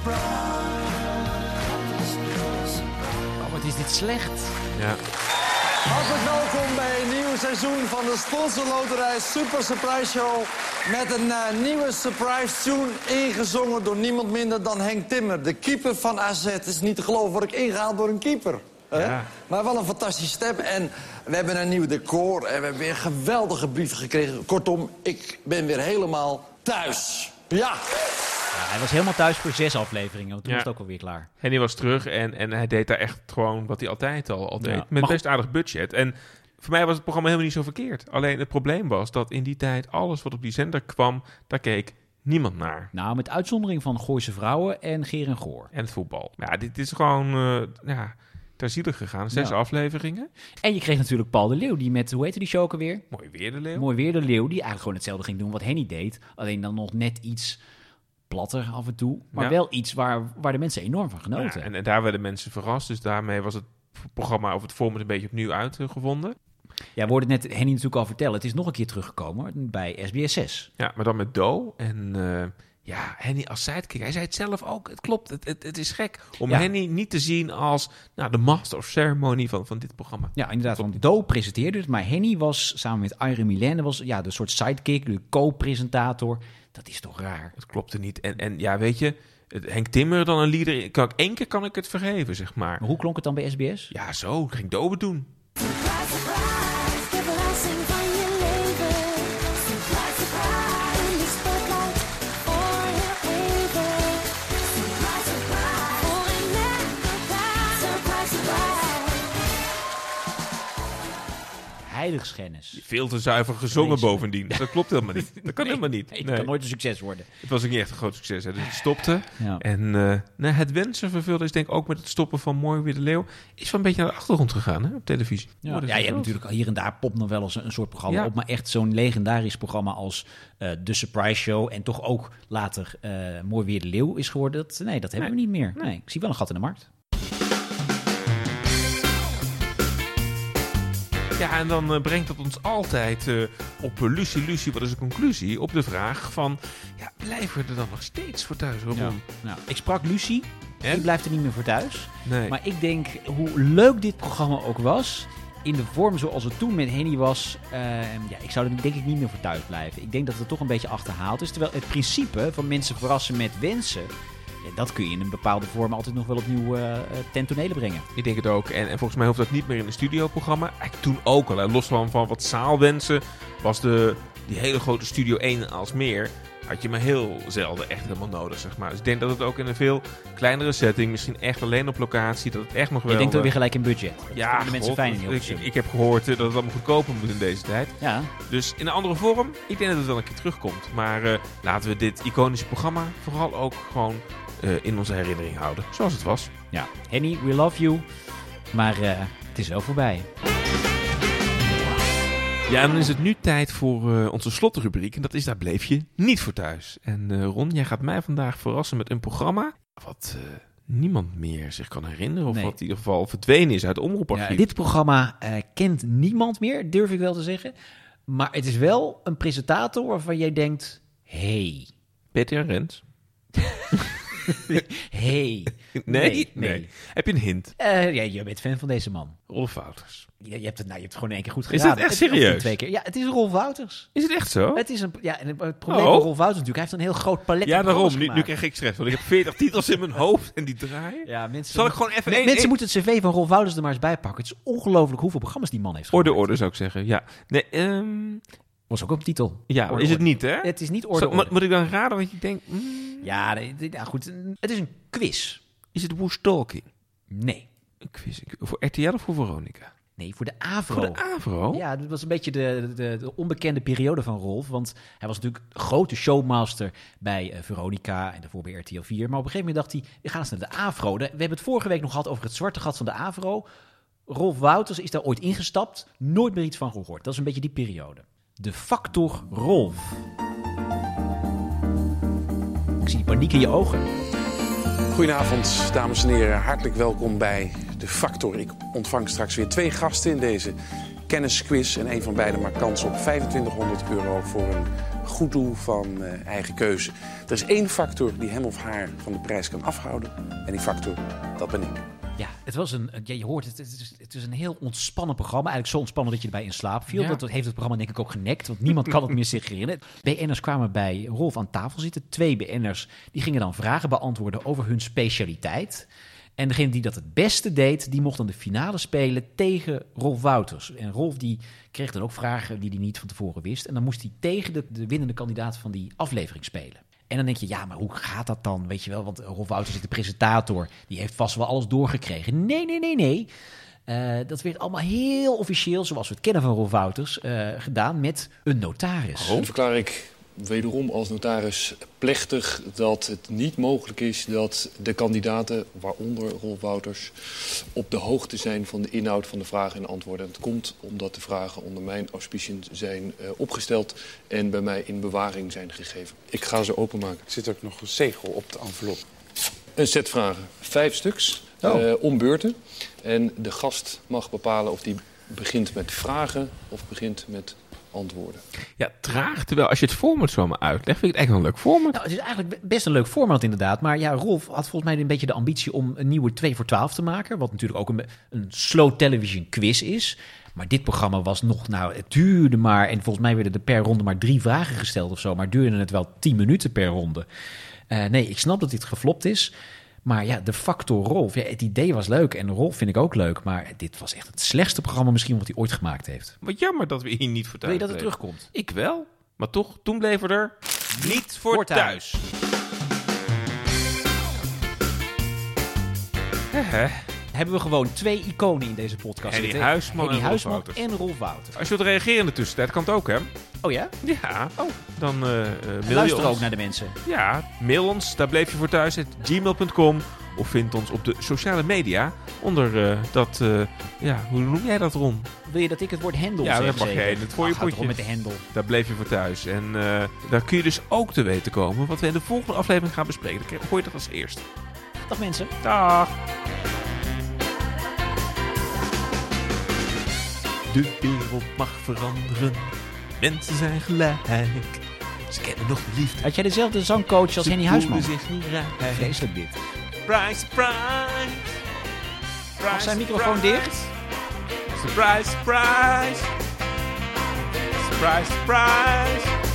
surprise. Oh, wat is dit slecht. Ja. Hartelijk welkom bij een nieuw seizoen van de Sponsorloterij Super Surprise Show. Met een nieuwe surprise tune ingezongen door niemand minder dan Henk Timmer. De keeper van AZ. Het is niet te geloven, word ik ingehaald door een keeper. Ja. Maar wel een fantastische stem. En we hebben een nieuw decor en we hebben weer geweldige brieven gekregen. Kortom, ik ben weer helemaal thuis. Ja! Hij was helemaal thuis voor 6 afleveringen, want toen was het ook alweer klaar. Henny was terug en hij deed daar echt gewoon wat hij altijd al deed. Ja. Met best aardig budget. En voor mij was het programma helemaal niet zo verkeerd. Alleen het probleem was dat in die tijd alles wat op die zender kwam, daar keek niemand naar. Nou, met uitzondering van Gooise Vrouwen en Geer en Goor. En het voetbal. Ja, dit is gewoon ter ziele gegaan. 6 afleveringen. En je kreeg natuurlijk Paul de Leeuw, die met, hoe heette die show ook alweer? Mooi weer de Leeuw. Mooi weer de Leeuw, die eigenlijk gewoon hetzelfde ging doen wat Henny deed. Alleen dan nog net iets platter af en toe. Maar wel iets waar de mensen enorm van genoten. Ja, en daar werden mensen verrast. Dus daarmee was het programma of het format een beetje opnieuw uitgevonden. Ja, we hoorden net Henny natuurlijk al vertellen. Het is nog een keer teruggekomen bij SBS 6. Ja, maar dan met Do. En Henny als sidekick. Hij zei het zelf ook. Het klopt. Het is gek om Henny niet te zien als de master of ceremony van dit programma. Ja, inderdaad. Want Do presenteerde het. Maar Henny was samen met Irene Milene de soort sidekick, de co-presentator. Dat is toch raar? Dat klopte niet. En ja, weet je, Henk Timmer dan een lieder. Eén keer kan ik het vergeven, zeg maar. Maar hoe klonk het dan bij SBS? Ja, zo. Ging Dobe doen. Heiligschennis. Veel te zuiver gezongen bovendien. Dat klopt helemaal niet. Dat kan helemaal niet. Het kan nooit een succes worden. Het was ook niet echt een groot succes. Hè. Dus het stopte. Ja. En het wensen vervulde is denk ik ook met het stoppen van Mooi weer de Leeuw. Is wel een beetje naar de achtergrond gegaan hè, op televisie. Ja, je hebt natuurlijk hier en daar popt nog wel eens een soort programma op. Maar echt zo'n legendarisch programma als The Surprise Show. En toch ook later Mooi weer de Leeuw is geworden. Dat hebben we niet meer. Nee, ik zie wel een gat in de markt. Ja, en dan brengt het ons altijd op Lucie, wat is de conclusie? Op de vraag van, blijven we er dan nog steeds voor thuis? Waarom? Ja. Ik sprak Lucie, die blijft er niet meer voor thuis. Nee. Maar ik denk, hoe leuk dit programma ook was, in de vorm zoals het toen met Henny was, ik zou er denk ik niet meer voor thuis blijven. Ik denk dat het toch een beetje achterhaald is. Terwijl het principe van mensen verrassen met wensen, dat kun je in een bepaalde vorm altijd nog wel opnieuw ten tonele brengen. Ik denk het ook. En volgens mij hoeft dat niet meer in een studioprogramma. Eigenlijk toen ook al. Los van wat zaalwensen was die hele grote Studio 1 als meer. Had je maar heel zelden echt helemaal nodig, zeg maar. Dus ik denk dat het ook in een veel kleinere setting, misschien echt alleen op locatie, dat het echt nog wel... Je denkt dan weer gelijk in budget. Ja, de mensen fijn in ik heb gehoord dat het allemaal goedkoper moet in deze tijd. Ja. Dus in een andere vorm, ik denk dat het wel een keer terugkomt. Maar laten we dit iconische programma vooral ook gewoon in onze herinnering houden. Zoals het was. Ja, Henny, we love you. Maar het is wel voorbij. Ja, en dan is het nu tijd voor onze slotrubriek. En dat is Daar bleef je niet voor thuis. En Ron, jij gaat mij vandaag verrassen met een programma wat niemand meer zich kan herinneren. Of wat in ieder geval verdwenen is uit de omroeparchief. Ja, dit programma kent niemand meer, durf ik wel te zeggen. Maar het is wel een presentator waarvan jij denkt, hey. Peter Rens? Hey. Nee. Heb je een hint? Je bent fan van deze man. Rolf Wouters. Je hebt het gewoon 1 keer goed geraden. Is het echt serieus? 2 keer. Ja, het is Rolf Wouters. Is het echt zo? Het is het probleem van Rolf Wouters natuurlijk, hij heeft een heel groot palet. Ja, daarom. Nu krijg ik stress, want ik heb 40 titels in mijn hoofd en die draaien. Ja, mensen, zal ik gewoon even... mensen moeten het cv van Rolf Wouters er maar eens bij pakken. Het is ongelooflijk hoeveel programma's die man heeft gemaakt. Orde zou ik zeggen, ja. Nee, was ook op titel. Ja, orde, is het niet, hè? Het is niet orde. Moet ik dan raden wat je denkt? Ja, goed. Het is een quiz. Is het Woest Talking? Nee. Een quiz. Voor RTL of voor Veronica? Nee, voor de AVRO. Voor de AVRO? Ja, dat was een beetje de onbekende periode van Rolf. Want hij was natuurlijk grote showmaster bij Veronica en daarvoor bij RTL 4. Maar op een gegeven moment dacht hij, we gaan eens naar de AVRO. We hebben het vorige week nog gehad over het zwarte gat van de AVRO. Rolf Wouters is daar ooit ingestapt. Nooit meer iets van gehoord. Dat is een beetje die periode. De Factor Rolf. Ik zie die paniek in je ogen. Goedenavond, dames en heren. Hartelijk welkom bij De Factor. Ik ontvang straks weer 2 gasten in deze kennisquiz. En een van beiden maakt kans op €2500 voor een goed doel van eigen keuze. Er is 1 factor die hem of haar van de prijs kan afhouden. En die factor, dat ben ik. Ja, je hoort het is een heel ontspannen programma. Eigenlijk zo ontspannen dat je erbij in slaap viel. Ja. Dat heeft het programma denk ik ook genekt, want niemand kan het meer zich herinneren. BN'ers kwamen bij Rolf aan tafel zitten. 2 BN'ers die gingen dan vragen beantwoorden over hun specialiteit. En degene die dat het beste deed, die mocht dan de finale spelen tegen Rolf Wouters. En Rolf die kreeg dan ook vragen die hij niet van tevoren wist. En dan moest hij tegen de winnende kandidaat van die aflevering spelen. En dan denk je, ja, maar hoe gaat dat dan? Weet je wel, want Rolf Wouters is de presentator. Die heeft vast wel alles doorgekregen. Nee. Dat werd allemaal heel officieel, zoals we het kennen van Rolf Wouters, gedaan met een notaris. Dan verklaar ik wederom als notaris plechtig dat het niet mogelijk is dat de kandidaten, waaronder Rolf Wouters, op de hoogte zijn van de inhoud van de vragen en antwoorden. En het komt omdat de vragen onder mijn auspiciën zijn opgesteld en bij mij in bewaring zijn gegeven. Ik ga ze openmaken. Er zit ook nog een zegel op de envelop. Een set vragen. 5 stuks, om beurten. En de gast mag bepalen of die begint met vragen of begint met antwoorden. Ja, traag. Terwijl als je het format zo maar uitlegt, vind ik het echt wel een leuk format. Nou, het is eigenlijk best een leuk format inderdaad. Maar ja, Rolf had volgens mij een beetje de ambitie om een nieuwe 2 voor 12 te maken. Wat natuurlijk ook een slow television quiz is. Maar dit programma was nog, het duurde maar. En volgens mij werden er per ronde maar 3 vragen gesteld of zo. Maar duurde het wel 10 minuten per ronde. Nee, ik snap dat dit geflopt is. Maar ja, de factor Rolf. Ja, het idee was leuk en Rolf vind ik ook leuk. Maar dit was echt het slechtste programma misschien wat hij ooit gemaakt heeft. Wat jammer dat we hier niet voor thuis Wil je dat het terugkomt? Ik wel. Maar toch, toen bleven we er niet voor thuis. Hebben we gewoon 2 iconen in deze podcast Henny zitten. Huisman en Rolf Wouters. Als je wilt reageren in de tussentijd, kan het ook, hè? Oh ja? Ja. Dan mail je luister ons. ook naar de mensen. Ja, mail ons. Daar bleef je voor thuis. @gmail.com. Of vind ons op de sociale media. Onder hoe noem jij dat, Ron? Wil je dat ik het woord hendel zeg? zeg? Ja, dat mag jij. Het voor je potje. Met de hendel. Daar bleef je voor thuis. En daar kun je dus ook te weten komen wat we in de volgende aflevering gaan bespreken. Dan hoor je dat als eerst. Dag mensen. Dag. De wereld mag veranderen. Mensen zijn gelijk. Ze kennen nog de liefde. Had jij dezelfde zangcoach als Henny Huisman? Ze voelen zich niet rijk. Vreselijk dit. Surprise, surprise. Mag zijn microfoon dicht? Surprise, surprise. Surprise, surprise.